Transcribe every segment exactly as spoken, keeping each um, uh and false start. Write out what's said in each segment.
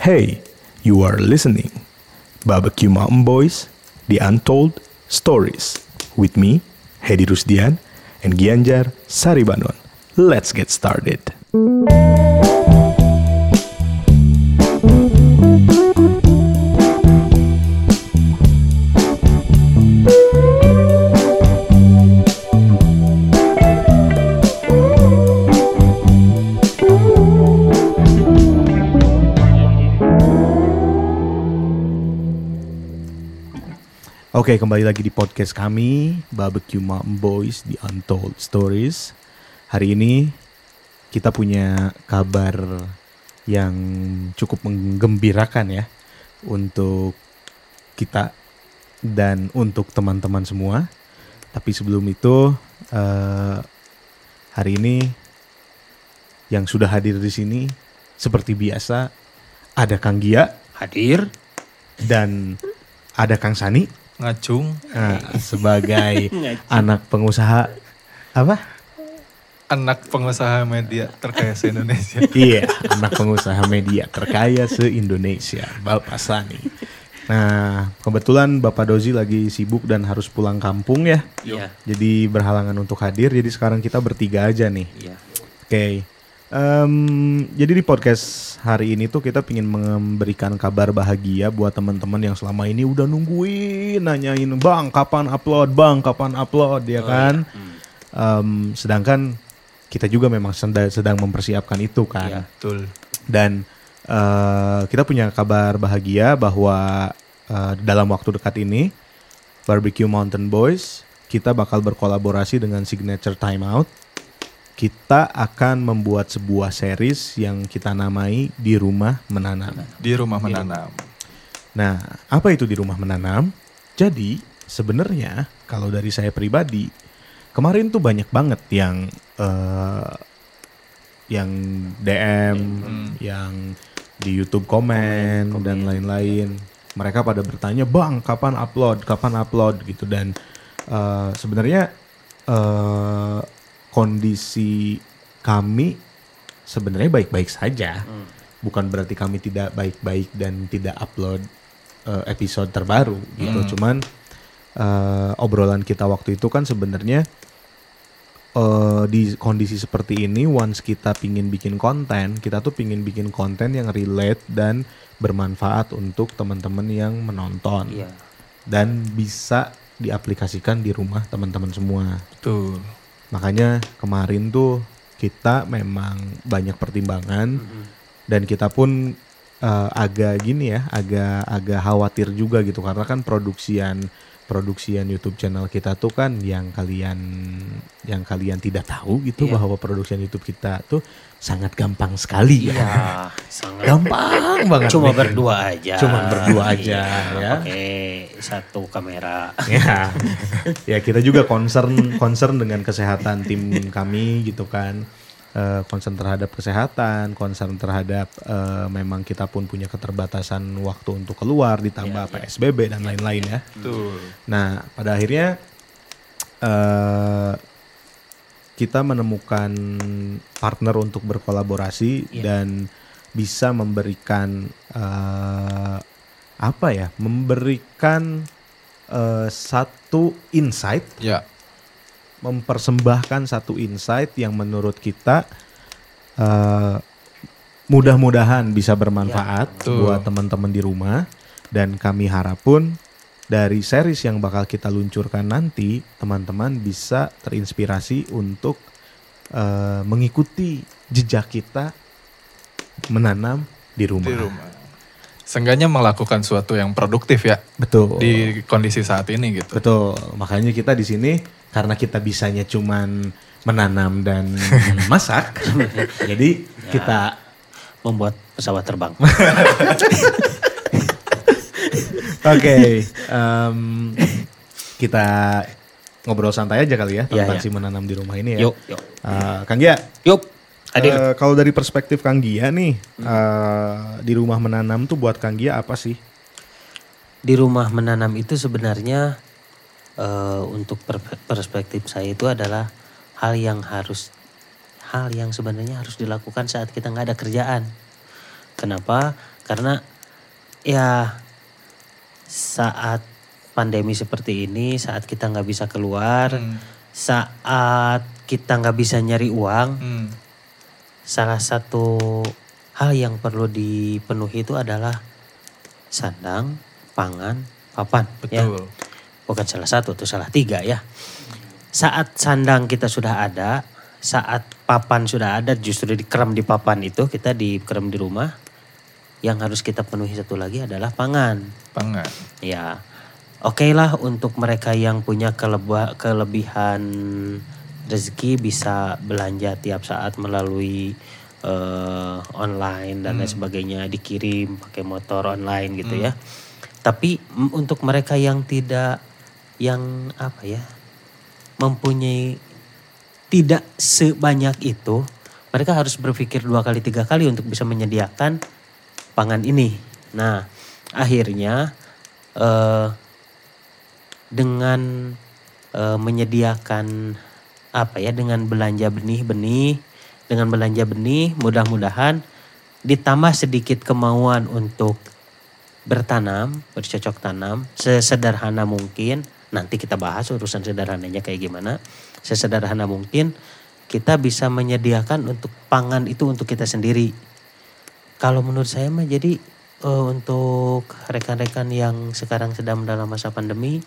Hey, you are listening Barbecue Mountain Boys, The Untold Stories with me, Hedi Rusdian, and Gianjar Saribanon. Let's get started. Oke, kembali lagi di podcast kami, Barbecue Mountain Boys, The Untold Stories. Hari ini kita punya kabar yang cukup menggembirakan ya untuk kita dan untuk teman-teman semua. Tapi sebelum itu, uh, hari ini yang sudah hadir di sini seperti biasa ada Kang Gia hadir dan ada Kang Sani. Ngacung Nah, sebagai anak pengusaha apa? Anak pengusaha media terkaya se-Indonesia. Iya, anak pengusaha media terkaya se-Indonesia, Bapak Sani. Nah, kebetulan Bapak Dozi lagi sibuk dan harus pulang kampung ya. Iya. Jadi berhalangan untuk hadir, jadi sekarang kita bertiga aja nih. Iya. Oke. Okay. Um, jadi di podcast hari ini tuh kita ingin memberikan kabar bahagia buat teman-teman yang selama ini udah nungguin, nanyain, bang kapan upload, bang kapan upload, ya kan? Oh, iya. hmm. um, sedangkan kita juga memang sedang, sedang mempersiapkan itu kan. Iya, betul. Dan uh, kita punya kabar bahagia bahwa uh, dalam waktu dekat ini Barbecue Mountain Boys kita bakal berkolaborasi dengan Signature Timeout. Kita akan membuat sebuah series yang kita namai Di Rumah Menanam. Di Rumah Menanam. Nah, apa itu Di Rumah Menanam? Jadi, sebenarnya kalau dari saya pribadi, kemarin tuh banyak banget yang uh, yang D M, hmm. yang di YouTube komen, komen dan lain-lain. Mereka pada bertanya, "Bang, kapan upload? Kapan upload?" gitu. Dan uh, sebenarnya uh, kondisi kami sebenarnya baik-baik saja. Hmm. Bukan berarti kami tidak baik-baik dan tidak upload uh, episode terbaru gitu. Hmm. Cuman uh, obrolan kita waktu itu kan sebenarnya uh, di kondisi seperti ini, once kita pingin bikin konten, kita tuh pingin bikin konten yang relate dan bermanfaat untuk teman-teman yang menonton. Yeah. Dan bisa diaplikasikan di rumah teman-teman semua. Betul. Makanya kemarin tuh kita memang banyak pertimbangan mm-hmm. dan kita pun uh, agak gini ya, agak agak khawatir juga gitu karena kan produksian produksian YouTube channel kita tuh kan yang kalian yang kalian tidak tahu gitu yeah. bahwa produksian YouTube kita tuh sangat gampang sekali ya. ya. Sangat gampang banget. Cuma nih. berdua aja. Cuma berdua aja ya. Oke, satu kamera. Ya. Ya kita juga concern concern dengan kesehatan tim kami gitu kan. Uh, concern terhadap kesehatan, concern terhadap uh, memang kita pun punya keterbatasan waktu untuk keluar ditambah ya, P S B B ya. dan lain-lain ya. Betul. Nah, pada akhirnya uh, kita menemukan partner untuk berkolaborasi ya. dan bisa memberikan uh, apa ya? Memberikan uh, satu insight. Ya. Mempersembahkan satu insight yang menurut kita uh, mudah-mudahan bisa bermanfaat ya, buat teman-teman di rumah. Dan kami harap pun dari series yang bakal kita luncurkan nanti, teman-teman bisa terinspirasi untuk uh, mengikuti jejak kita menanam di rumah. Di rumah. Seenggaknya melakukan sesuatu yang produktif ya. Betul. Di kondisi saat ini gitu. Betul. Makanya kita di sini karena kita bisanya cuman menanam dan masak, jadi ya, kita membuat pesawat terbang. Oke, okay, um, kita ngobrol santai aja kali ya tentang ya, ya. si menanam di rumah ini ya. Yuk, yuk. Uh, Kang Gia. Yuk. Uh, kalau dari perspektif Kang Gia nih, hmm. uh, di rumah menanam tuh buat Kang Gia apa sih? Di rumah menanam itu sebenarnya uh, untuk perspektif saya itu adalah hal yang harus, hal yang sebenarnya harus dilakukan saat kita nggak ada kerjaan. Kenapa? Karena ya saat pandemi seperti ini, saat kita nggak bisa keluar, Hmm. saat kita nggak bisa nyari uang, Hmm. salah satu hal yang perlu dipenuhi itu adalah sandang, pangan, papan. Ya. Betul. Bukan salah satu, itu salah tiga ya. Saat sandang kita sudah ada, saat papan sudah ada, justru dikerem di papan itu, kita dikerem di rumah. Yang harus kita penuhi satu lagi adalah pangan. Pangan. Ya, oke lah untuk mereka yang punya keleba- kelebihan rezeki bisa belanja tiap saat melalui eh, online dan lain sebagainya, dikirim pakai motor online gitu ya. Tapi mm, untuk mereka yang tidak, yang apa ya, mempunyai tidak sebanyak itu, mereka harus berpikir dua kali tiga kali untuk bisa menyediakan pangan ini. Nah, akhirnya eh, dengan eh, menyediakan apa ya, dengan belanja benih-benih, dengan belanja benih, mudah-mudahan ditambah sedikit kemauan untuk bertanam, bercocok tanam, sesederhana mungkin. Nanti kita bahas urusan sederhananya kayak gimana. Sesederhana mungkin kita bisa menyediakan untuk pangan itu untuk kita sendiri. Kalau menurut saya mah jadi uh, untuk rekan-rekan yang sekarang sedang dalam masa pandemi,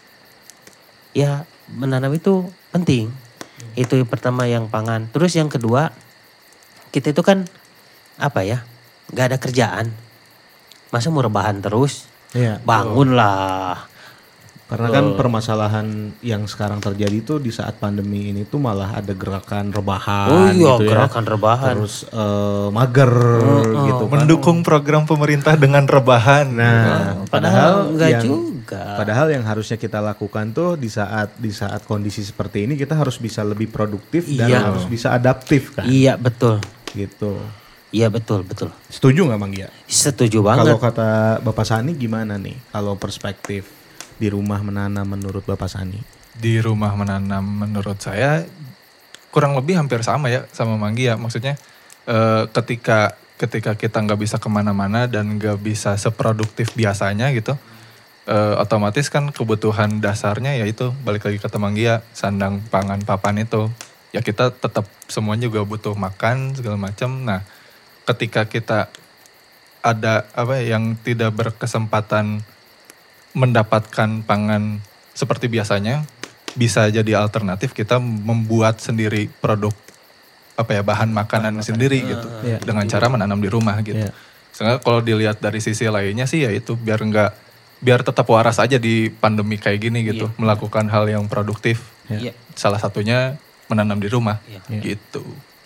ya menanam itu penting. Itu yang pertama, yang pangan. Terus yang kedua, kita itu kan apa ya, gak ada kerjaan. Masa mau rebahan terus? Iya. Bangunlah. Karena kan permasalahan yang sekarang terjadi itu di saat pandemi ini tuh malah ada gerakan rebahan Oh iya, gitu ya. gerakan rebahan. Terus eh, mager gitu kan. Mendukung program pemerintah dengan rebahan. Nah, Padahal padahal enggak yang juga. padahal yang harusnya kita lakukan tuh di saat di saat kondisi seperti ini kita harus bisa lebih produktif dan Iya. harus bisa adaptif kan. Iya betul. Gitu. Iya betul, betul. Setuju nggak Bang Gia? Setuju banget. Kalau kata Bapak Sani gimana nih? Kalau perspektif di rumah menanam menurut Bapak Sani? Di rumah menanam menurut saya kurang lebih hampir sama ya sama Manggi ya. Maksudnya eh, ketika ketika kita nggak bisa kemana-mana dan nggak bisa seproduktif biasanya gitu, eh, otomatis kan kebutuhan dasarnya yaitu balik lagi ke Manggi ya, sandang, pangan, papan itu. Ya kita tetap semuanya juga butuh makan segala macam. Nah, ketika kita ada apa ya, yang tidak berkesempatan mendapatkan pangan seperti biasanya, bisa jadi alternatif kita membuat sendiri produk apa ya, bahan makanan sendiri gitu, Iya. dengan cara menanam di rumah gitu. Iya. Sehingga kalau dilihat dari sisi lainnya sih ya itu biar enggak biar tetap waras aja di pandemi kayak gini gitu, Iya. melakukan hal yang produktif. Iya. Salah satunya menanam di rumah Iya. gitu.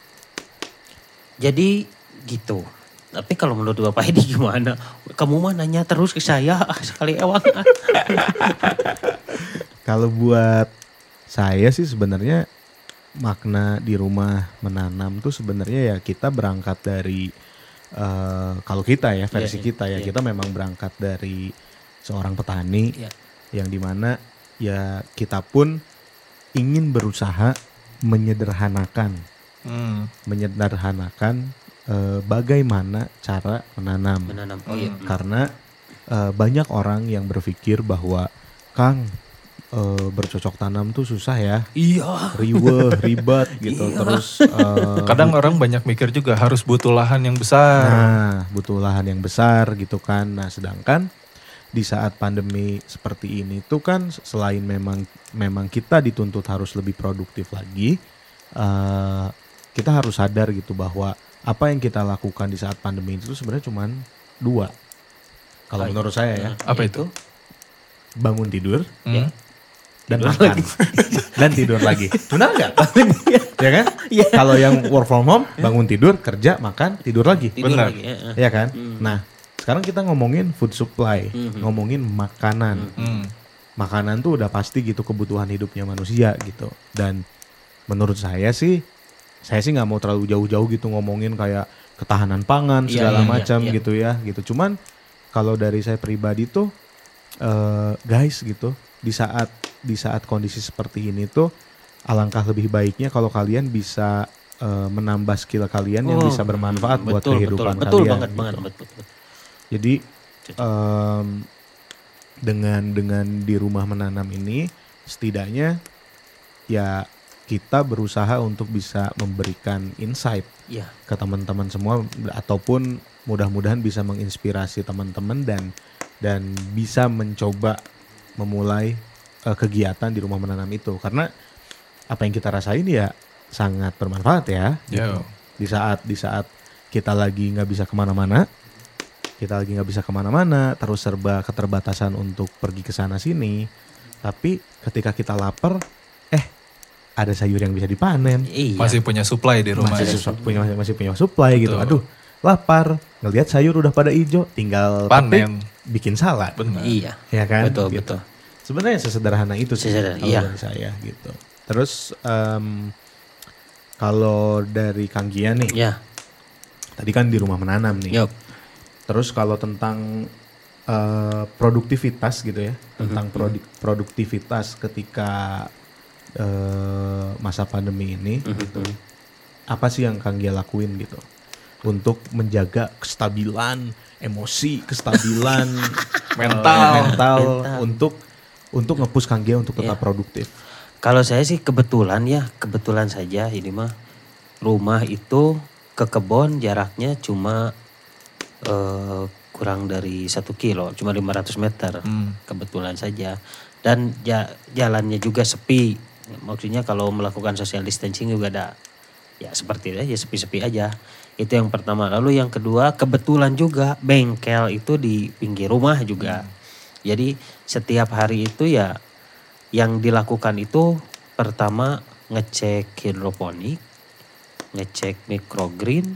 Jadi gitu. Tapi kalau menurut Bapak ini gimana? Kamu mah nanya terus ke saya, ah, sekali ewang. Kalau buat saya sih sebenarnya makna di rumah menanam tuh sebenarnya ya kita berangkat dari eh, kalau kita ya versi Iya, kita ya iya. kita memang berangkat dari seorang petani Iya. yang dimana ya kita pun ingin berusaha menyederhanakan Hmm. menyederhanakan eh, bagaimana cara menanam. Menanam. Oh iya. Karena eh, banyak orang yang berpikir bahwa Kang eh, bercocok tanam tuh susah ya, Iya. riweh, ribet gitu. Terus eh, Kadang orang banyak mikir juga harus butuh lahan yang besar. nah butuh lahan yang besar gitu kan. Nah sedangkan di saat pandemi seperti ini tuh kan selain memang memang kita dituntut harus lebih produktif lagi, eh, kita harus sadar gitu bahwa apa yang kita lakukan di saat pandemi itu sebenarnya cuman dua. Kalau Hai. menurut saya ya, Apa itu? bangun tidur Hmm. dan makan dan tidur lagi. Benar nggak? Ya kan? Kalau yang work from home, bangun tidur, kerja, makan, tidur lagi. Tidur Benar. lagi. ya. Ya kan? Nah, sekarang kita ngomongin food supply, ngomongin makanan. Hmm. Makanan tuh udah pasti gitu kebutuhan hidupnya manusia gitu. Dan menurut saya sih, saya sih nggak mau terlalu jauh-jauh gitu ngomongin kayak ketahanan pangan Iya, segala iya, iya, macam iya. gitu ya gitu. Cuman kalau dari saya pribadi tuh, eh, guys gitu, di saat di saat kondisi seperti ini tuh, alangkah lebih baiknya kalau kalian bisa eh, menambah skill kalian yang Oh, bisa bermanfaat buat betul, kehidupan betul, betul kalian. banget, gitu. banget, betul, betul. Jadi em, dengan dengan di rumah menanam ini setidaknya ya kita berusaha untuk bisa memberikan insight Iya. ke teman-teman semua ataupun mudah-mudahan bisa menginspirasi teman-teman dan dan bisa mencoba memulai eh, kegiatan di rumah menanam itu karena apa yang kita rasain ya sangat bermanfaat ya gitu. Yo. Di saat di saat kita lagi nggak bisa kemana-mana, kita lagi nggak bisa kemana-mana, terus serba keterbatasan untuk pergi ke sana sini. Tapi ketika kita lapar, eh ada sayur yang bisa dipanen, Iya. Masih punya supply di rumah. masih ya. su- punya masih, masih punya supply gitu. Betul. Aduh, lapar, ngelihat sayur udah pada hijau, tinggal petik, Panen. bikin salad, Benar. Iya. ya kan? Betul, Gitu. betul. Sebenarnya sesederhana itu sih Sesederhana, kalau iya. dari saya gitu. Terus em, kalau dari Kang Gian nih, Ya. tadi kan di rumah menanam nih. Yup. Terus kalau tentang eh, produktivitas gitu ya, tentang produ- produktivitas ketika eh, masa pandemi ini, gitu. Apa sih yang Kang Gia lakuin gitu untuk menjaga kestabilan emosi, kestabilan Mental. eh, mental Mental. untuk untuk nge-push Kang Gia untuk tetap Iya. produktif. Kalau saya sih kebetulan ya, kebetulan saja ini mah rumah itu ke kebun jaraknya cuma eh, kurang dari satu kilo, cuma lima ratus meter. Hmm. Kebetulan saja. Dan ja- jalannya juga sepi. Maksudnya kalau melakukan social distancing juga ada ya seperti itu aja, sepi-sepi aja. Itu yang pertama. Lalu yang kedua, kebetulan juga bengkel itu di pinggir rumah juga. Jadi setiap hari itu ya yang dilakukan itu pertama ngecek hidroponik, ngecek microgreen,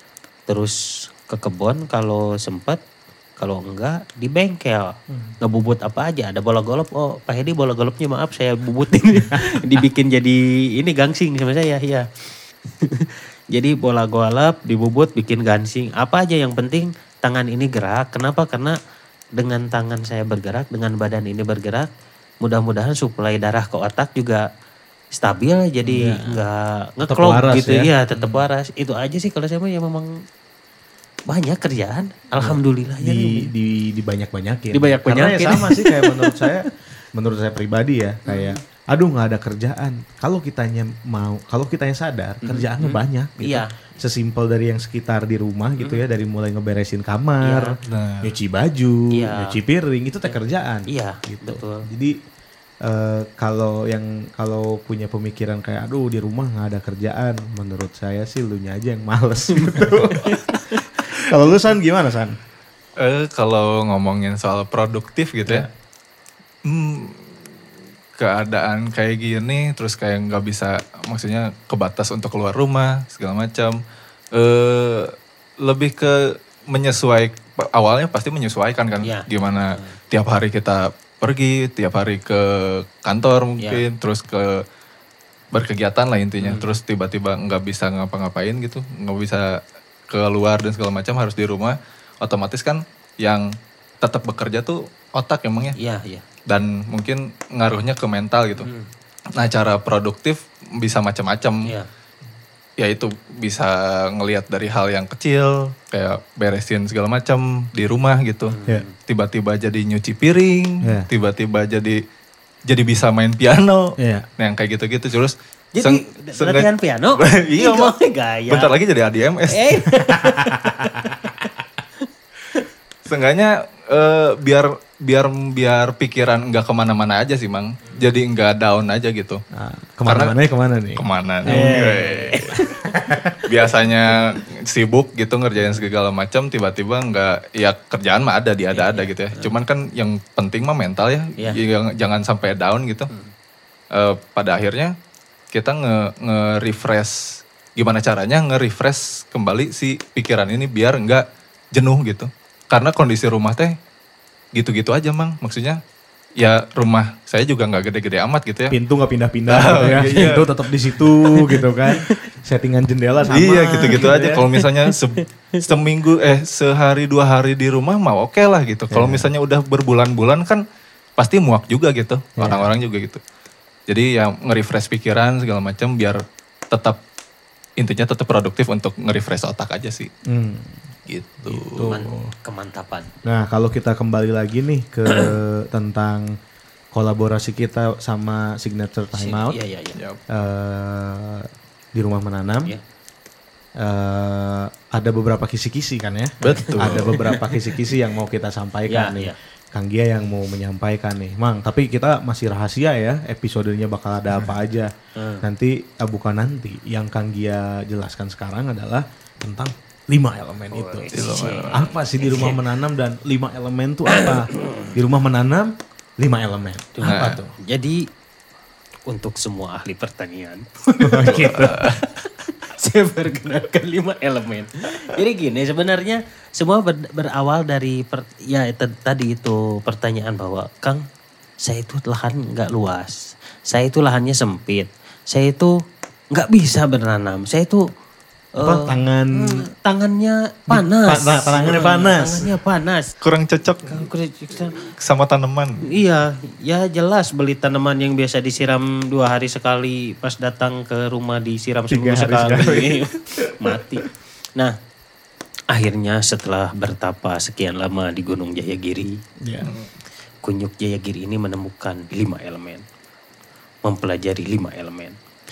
terus ke kebun kalau sempat, kalau enggak di bengkel. Ngebubut apa aja, ada bola golop, oh Pak Hedi bola golopnya maaf saya bubutin. Dibikin jadi ini gangsing sama saya, ya. Jadi bola golop dibubut bikin gansing. Apa aja yang penting tangan ini gerak. Kenapa? Karena dengan tangan saya bergerak, dengan badan ini bergerak, mudah-mudahan suplai darah ke otak juga stabil, jadi nggak Tetap ngeklop waras gitu ya. ya, tetap waras. Itu aja sih kalau saya mah ya memang banyak kerjaan. Alhamdulillah ya. di di dibanyak-banyakin. Dibanyak-banyakin. Karena ya sama sih kayak menurut saya, menurut saya pribadi ya kayak, aduh nggak ada kerjaan. Kalau kitanya mau, kalau kitanya sadar, kerjaannya banyak. Gitu. Iya. Sesimpel dari yang sekitar di rumah gitu ya, dari mulai ngeberesin kamar, Nah. nyuci baju, Iya. nyuci piring, itu teh kerjaan. Iya, gitu. betul. Jadi eh, kalau yang kalau punya pemikiran kayak, aduh di rumah nggak ada kerjaan, menurut saya sih lu nya aja yang males. Gitu. Kalau lu San gimana San? Eh kalau ngomongin soal produktif gitu ya, hmm, keadaan kayak gini, terus kayak nggak bisa, maksudnya kebatas untuk keluar rumah segala macam. Eh lebih ke menyesuaikan, awalnya pasti menyesuaikan kan, Iya. gimana tiap hari kita pergi, tiap hari ke kantor mungkin, terus ke berkegiatan lah intinya, terus tiba-tiba nggak bisa ngapa-ngapain gitu, nggak bisa keluar dan segala macam, harus di rumah, otomatis kan yang tetap bekerja tuh otak emangnya, Iya, iya. dan mungkin ngaruhnya ke mental gitu. Nah cara produktif bisa macam-macam, Iya. yaitu bisa ngelihat dari hal yang kecil, kayak beresin segala macam di rumah gitu, Iya. tiba-tiba jadi nyuci piring, Iya. tiba-tiba jadi jadi bisa main piano, Iya. nah yang kayak gitu-gitu terus. Jadi seng- latihan sengaja- piano? Iya, Mak. Gaya. Bentar lagi jadi A D M S. Eh, Seenggaknya eh, biar biar biar pikiran nggak kemana-mana aja sih Mang. Jadi nggak down aja gitu. Nah, kemana-mana ya kemana nih? Kemana nih? Biasanya sibuk gitu ngerjain segala macam, tiba-tiba nggak, ya kerjaan mah ada, dia ada-ada gitu ya. Cuman kan yang penting mah mental ya, Iya. Yang- jangan sampai down gitu. Eh, pada akhirnya kita nge, nge-refresh, gimana caranya nge-refresh kembali si pikiran ini biar nggak jenuh gitu. Karena kondisi rumah teh gitu-gitu aja Mang, maksudnya ya rumah saya juga nggak gede-gede amat gitu ya. Pintu nggak pindah-pindah gitu ya. Iya. Pintu tetap di situ gitu kan. Settingan jendela sama. Iya gitu-gitu aja. ya. Kalau misalnya se- seminggu eh sehari dua hari di rumah mah oke lah gitu. Kalau misalnya udah berbulan-bulan kan pasti muak juga gitu. Orang-orang juga gitu. Jadi ya nge-refresh pikiran segala macam biar tetap, intinya tetap produktif untuk nge-refresh otak aja sih. Hmm. Gitu. Man- kemantapan. Nah, kalau kita kembali lagi nih ke tentang kolaborasi kita sama Signature Timeout Iya, iya, iya. Yap. eh, di Rumah Menanam. Iya. eh, ada beberapa kisi-kisi kan ya? Betul. Ada beberapa kisi-kisi yang mau kita sampaikan Ya, nih. ya. Kang Gia yang mau menyampaikan nih, Mang. Tapi kita masih rahasia ya, episodenya bakal ada apa aja. Hmm. Nanti, eh, bukan nanti. Yang Kang Gia jelaskan sekarang adalah tentang lima elemen Oh, itu. iya. Apa sih di rumah menanam dan lima elemen itu apa? Di rumah menanam lima elemen. Apa Nah. tuh? Jadi untuk semua ahli pertanian, Gitu. saya perkenalkan lima elemen. Jadi gini, sebenarnya semua ber- berawal dari per- ya t- tadi itu pertanyaan bahwa Kang, saya itu lahan nggak luas, saya itu lahannya sempit, saya itu nggak bisa bertanam, saya itu Apa, eh, tangan hmm, tangannya panas, Pa- tangannya panas. tangannya panas. Kurang cocok sama tanaman. Iya, ya jelas beli tanaman yang biasa disiram dua hari sekali, pas datang ke rumah disiram Tiga seminggu hari sekali, mati. Nah, akhirnya setelah bertapa sekian lama di Gunung Jayagiri, Ya. Kunyuk Jayagiri ini menemukan lima elemen, mempelajari lima elemen.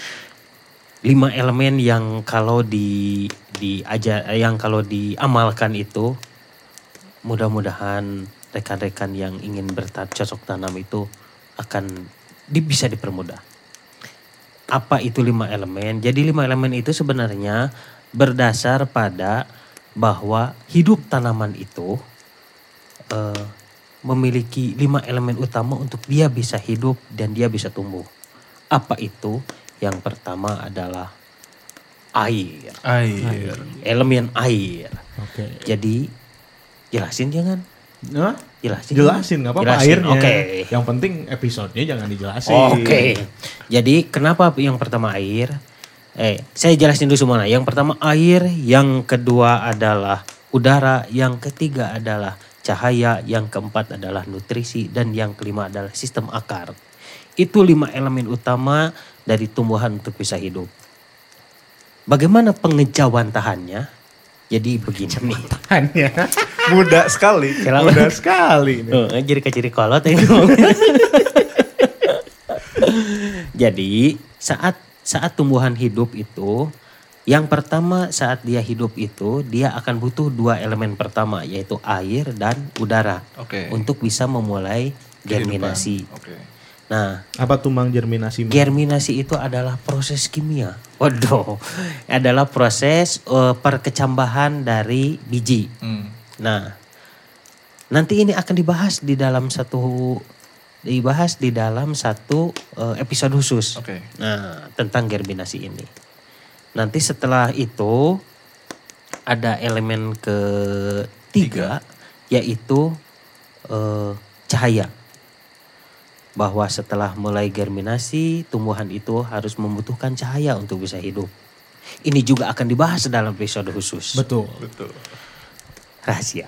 Lima elemen yang kalau di di aja yang kalau diamalkan itu mudah-mudahan rekan-rekan yang ingin bercocok tanam itu akan di, bisa dipermudah. Apa itu lima elemen? Jadi lima elemen itu sebenarnya berdasar pada bahwa hidup tanaman itu eh, memiliki lima elemen utama untuk dia bisa hidup dan dia bisa tumbuh. Apa itu? Yang pertama adalah air. Air. Elemen air. Oke. Jadi jelasin jangan. Nah, Jelasin. jelasin nggak apa-apa Jelasin, airnya. Oke. Yang penting episodenya jangan dijelasin. Oke. Jadi kenapa yang pertama air? Eh, saya jelasin dulu semuanya. Yang pertama air, yang kedua adalah udara, yang ketiga adalah cahaya, yang keempat adalah nutrisi, dan yang kelima adalah sistem akar. Itu lima elemen utama dari tumbuhan untuk bisa hidup. Bagaimana pengejawantahannya? Jadi begini nih. Hanya Mudah sekali. mudah sekali. nih. Oh, jadi keciri kolot ya. Jadi saat saat tumbuhan hidup itu, yang pertama saat dia hidup itu dia akan butuh dua elemen pertama yaitu air dan udara Oke. untuk bisa memulai germinasi. Kehidupan. Oke. Nah, Apa tuh Mang germinasi? Mang? germinasi itu adalah proses kimia. Waduh, adalah proses eh, perkecambahan dari biji. Hmm. Nah, nanti ini akan dibahas di dalam satu dibahas di dalam satu eh, episode khusus. Oke. Nah, tentang germinasi ini. Nanti setelah itu ada elemen ketiga yaitu eh, cahaya. Bahwa setelah mulai germinasi, tumbuhan itu harus membutuhkan cahaya untuk bisa hidup. Ini juga akan dibahas dalam episode khusus. Betul. Betul. Rahasia.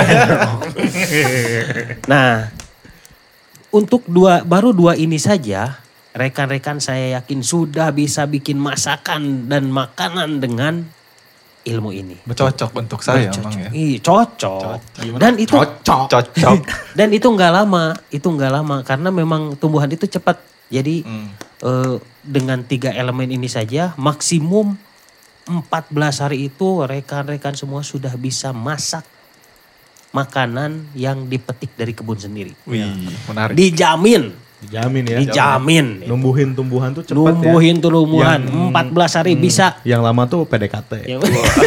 Nah, untuk dua baru dua ini saja, rekan-rekan saya yakin sudah bisa bikin masakan dan makanan dengan ilmu ini. Cocok untuk saya emang ya. Iya, cocok. Dan itu Cocok. Cocok. dan itu nggak lama, itu nggak lama karena memang tumbuhan itu cepat. Jadi Hmm. eh, dengan tiga elemen ini saja maksimum empat belas hari itu rekan-rekan semua sudah bisa masak makanan yang dipetik dari kebun sendiri. Wih, menarik. Dijamin, Dijamin ya. dijamin. Numbuhin tumbuhan tuh cepat ya. Numbuhin tumbuhan Yang- empat belas hari bisa. Yang lama tuh P D K T. Ya,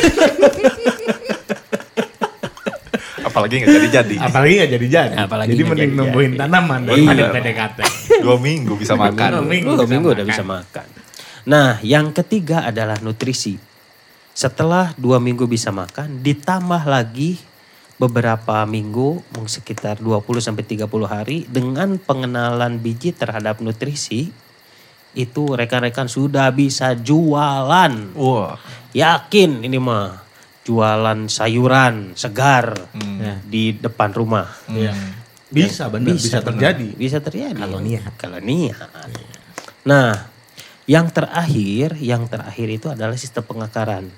Apalagi nggak jadi-jadi. Apalagi nggak jadi-jadi. Apalagi Jadi nggak mending jadi-jadi. numbuhin tanaman daripada Iya. P D K T. Dua minggu bisa makan. Dua minggu Dua bisa minggu udah makan. bisa makan. Nah, yang ketiga adalah nutrisi. Setelah dua minggu bisa makan, ditambah lagi beberapa minggu, mungkin sekitar dua puluh sampai tiga puluh hari dengan pengenalan biji terhadap nutrisi, itu rekan-rekan sudah bisa jualan. Wah. Yakin ini mah jualan sayuran segar Hmm. Ya. di depan rumah. Iya. Bisa benar, bisa, benar. terjadi. Bisa terjadi. Kalau niat. Kalau niat. Nah, yang terakhir, yang terakhir itu adalah sistem pengakaran.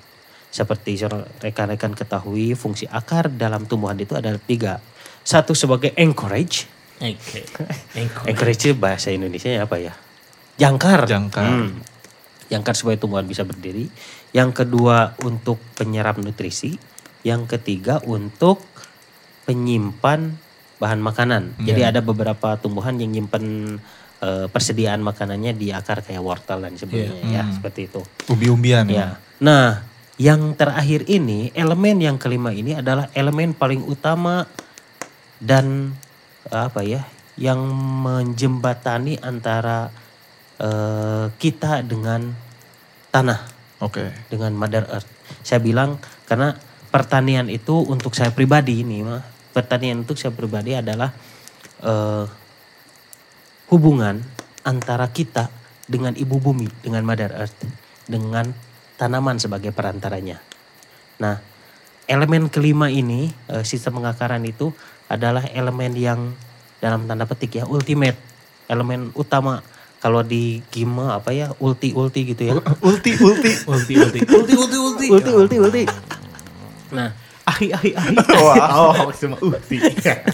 seperti rekan-rekan ketahui, fungsi akar dalam tumbuhan itu ada tiga. Satu sebagai encourage. Oke. Encourage itu bahasa Indonesia apa ya? Jangkar. Jangkar. Hmm. Jangkar supaya tumbuhan bisa berdiri. Yang kedua untuk penyerap nutrisi. Yang ketiga untuk penyimpan bahan makanan. Hmm. Jadi ada beberapa tumbuhan yang nyimpan uh, persediaan makanannya di akar kayak wortel dan sebagainya Yeah. ya, Hmm. seperti itu. Umbi-umbian. Ya. Nah, yang terakhir ini, elemen yang kelima ini adalah elemen paling utama dan apa ya, yang menjembatani antara uh, kita dengan tanah, Oke. dengan Mother Earth. Saya bilang karena pertanian itu untuk saya pribadi ini mah, pertanian untuk saya pribadi adalah uh, hubungan antara kita dengan ibu bumi, dengan Mother Earth, dengan tanaman sebagai perantaranya. Nah, elemen kelima ini, uh, sistem pengakaran itu adalah elemen yang dalam tanda petik ya, ultimate, elemen utama. Kalau di Gima apa ya, ulti-ulti gitu ya. Ulti, ulti. Ulti, ulti, ulti, ulti, ulti. Ulti, ulti, ulti. Nah, Ahi, ahi, ahi. Wow. Oh, cuma ulti.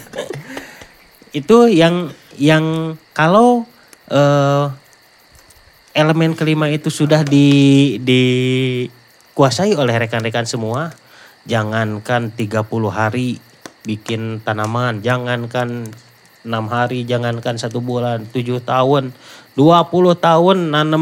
itu yang yang kalau uh, elemen kelima itu sudah di dikuasai oleh rekan-rekan semua, jangankan tiga puluh hari bikin tanaman, jangankan enam hari, jangankan satu bulan, tujuh tahun, dua puluh tahun nanam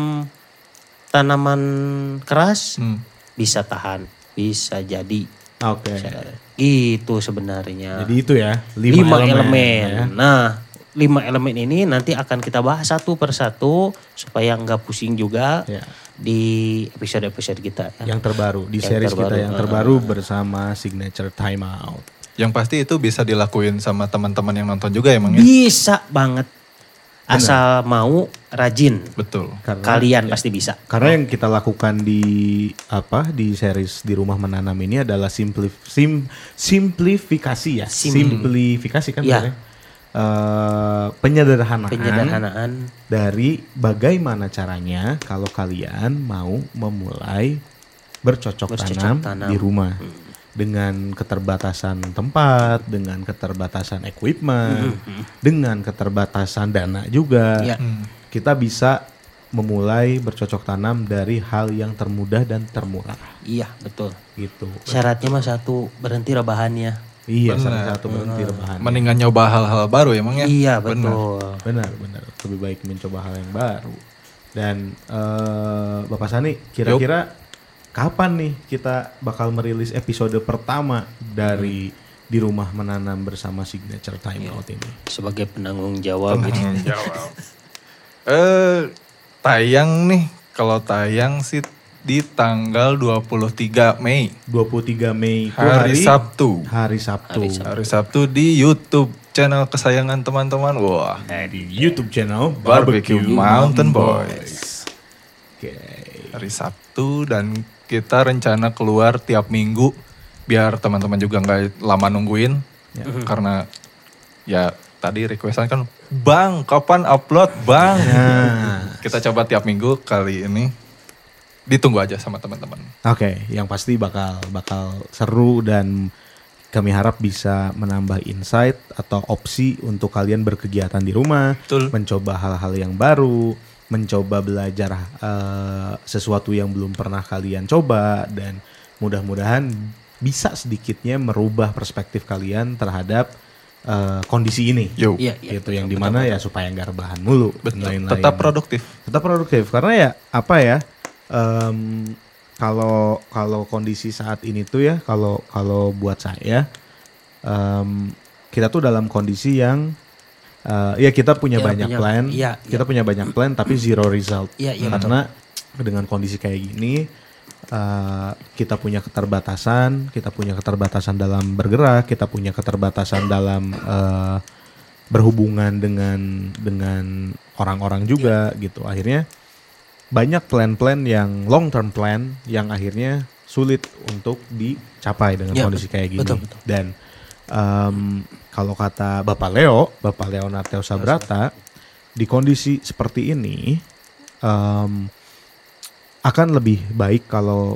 tanaman keras, Hmm. bisa tahan, bisa jadi. Oke. Itu sebenarnya. Jadi itu ya, Lima, lima, elemen. ya. Nah, lima elemen ini nanti akan kita bahas satu persatu supaya nggak pusing juga Ya. di episode-episode kita. Ya. Yang terbaru di Yang series terbaru. kita yang Ah. terbaru bersama Signature Timeout. Yang pasti itu bisa dilakuin sama teman-teman yang nonton juga emang ya? Bisa banget. Asal mau rajin. Betul. Karena Kalian pasti bisa. Karena yang kita lakukan di apa di series di rumah menanam ini adalah simplif sim simplifikasi ya, Sim- simplifikasi kan Ya. sebenarnya. Eh, penyederhanaan, Penyederhanaan. dari bagaimana caranya kalau kalian mau memulai bercocok, Bercocok tanam, tanam. di rumah dengan keterbatasan tempat, dengan keterbatasan equipment, dengan keterbatasan dana juga. Ya. Hmm. Kita bisa memulai bercocok tanam dari hal yang termudah dan termurah Iya, betul. gitu. Syaratnya mah satu, berhenti rebahannya. Iya, Benar. salah satu berhenti rebahan. Mendingan nyoba hal-hal baru emang ya? Iya, Benar. betul. Benar, benar. Lebih baik mencoba hal yang baru. Dan eh, Bapak Sani, kira-kira kapan nih kita bakal merilis episode pertama dari Di Rumah Menanam bersama Signature Timeout ini? Sebagai penanggung jawab ini. Tanggung jawab. Eh, tayang nih, kalau tayang sih di tanggal dua puluh tiga Mei. dua puluh tiga Mei itu Hari Sabtu. Hari Sabtu. Hari Sabtu. Hari Sabtu di YouTube channel kesayangan teman-teman. Wah, Nah, di YouTube channel Barbecue Mountain Boys. Oke. Hari Sabtu dan kita rencana keluar tiap minggu biar teman-teman juga nggak lama nungguin. Ya. Karena ya tadi requestan kan, Bang, kapan upload, Bang? Nah. Kita coba tiap minggu, kali ini ditunggu aja sama teman-teman. Oke, yang pasti bakal bakal seru dan kami harap bisa menambah insight atau opsi untuk kalian berkegiatan di rumah, Betul. mencoba hal-hal yang baru, mencoba belajar eh, sesuatu yang belum pernah kalian coba, dan mudah-mudahan bisa sedikitnya merubah perspektif kalian terhadap eh, kondisi ini. Yo, Iya, iya. Gitu, yang dimana ya supaya nggak rebahan mulu, dan betul. lain-lain. Tetap produktif. Tetap produktif karena ya apa ya, em, kalau kalau kondisi saat ini tuh ya, kalau kalau buat saya em, kita tuh dalam kondisi yang eh, ya kita punya Ya, banyak punya- plan, iya, kita iya. punya banyak plan tapi zero result. Iya, iya, Karena dengan kondisi kayak gini eh, kita punya keterbatasan, kita punya keterbatasan dalam bergerak, kita punya keterbatasan dalam eh, berhubungan dengan dengan orang-orang juga gitu. Akhirnya banyak plan-plan yang long term plan yang akhirnya sulit untuk dicapai dengan Ya, kondisi kayak gini. betul, betul. Dan em, kalau kata Bapak Leo, Bapak Leonardo Sabrata, di kondisi seperti ini em, akan lebih baik kalau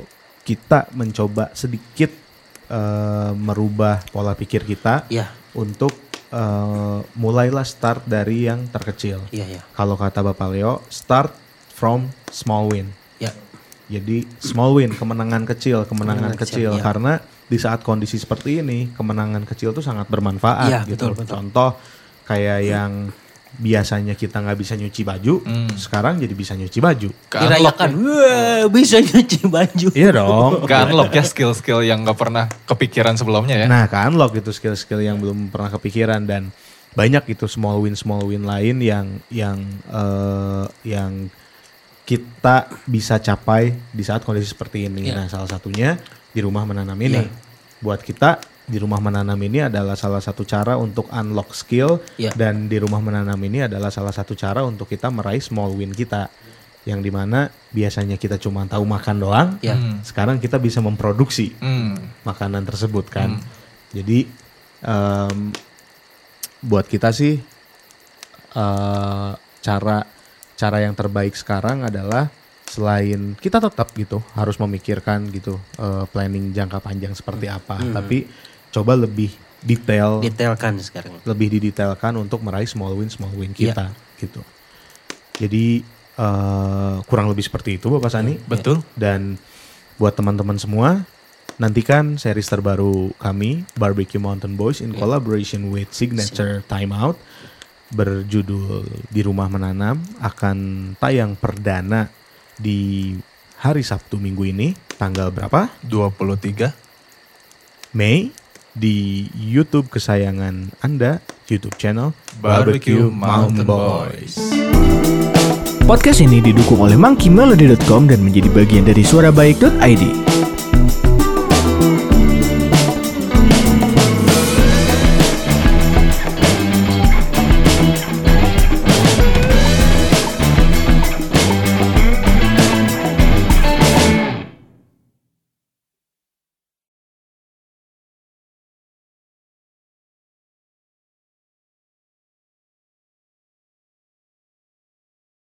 kita mencoba sedikit uh, merubah pola pikir kita Ya, untuk uh, mulailah start dari yang terkecil. iya ya. Kalau kata Bapak Leo, start from small win. Ya, Jadi small win, kemenangan kecil, kemenangan Kemenangan kecil. kecil, ya. Karena di saat kondisi seperti ini, kemenangan kecil itu sangat bermanfaat. Iya, gitu. betul, betul. Contoh kayak yang biasanya kita nggak bisa nyuci baju, Hmm. sekarang jadi bisa nyuci baju. dirayakan, wah bisa nyuci baju. Iya dong. Ke unlock ya skill-skill yang gak pernah kepikiran sebelumnya ya. Nah, ke unlock itu skill-skill yang belum pernah kepikiran dan banyak itu small win small win lain yang yang eh, yang kita bisa capai di saat kondisi seperti ini. Ya. Nah, salah satunya di rumah menanam ini. Ya. Buat kita di rumah menanam ini adalah salah satu cara untuk unlock skill Ya. dan di rumah menanam ini adalah salah satu cara untuk kita meraih small win kita. Yang dimana biasanya kita cuma tahu makan doang, Ya. Hmm. sekarang kita bisa memproduksi Hmm. makanan tersebut kan. Jadi em, buat kita sih eh, cara cara yang terbaik sekarang adalah selain kita tetap gitu harus memikirkan gitu eh, planning jangka panjang seperti apa, tapi coba lebih detail, Detailkan sekarang. lebih didetailkan untuk meraih small win small win kita gitu. Jadi eh, kurang lebih seperti itu Bapak Sani. Betul. Dan buat teman-teman semua, nantikan series terbaru kami, Barbecue Mountain Boys in collaboration with Signature Timeout, berjudul Di Rumah Menanam, akan tayang perdana di hari Sabtu minggu ini, tanggal berapa? dua puluh tiga Mei, di YouTube kesayangan Anda, YouTube channel Barbecue Mountain Boys. Podcast ini didukung oleh monkey melody dot com dan menjadi bagian dari suara baik dot i d.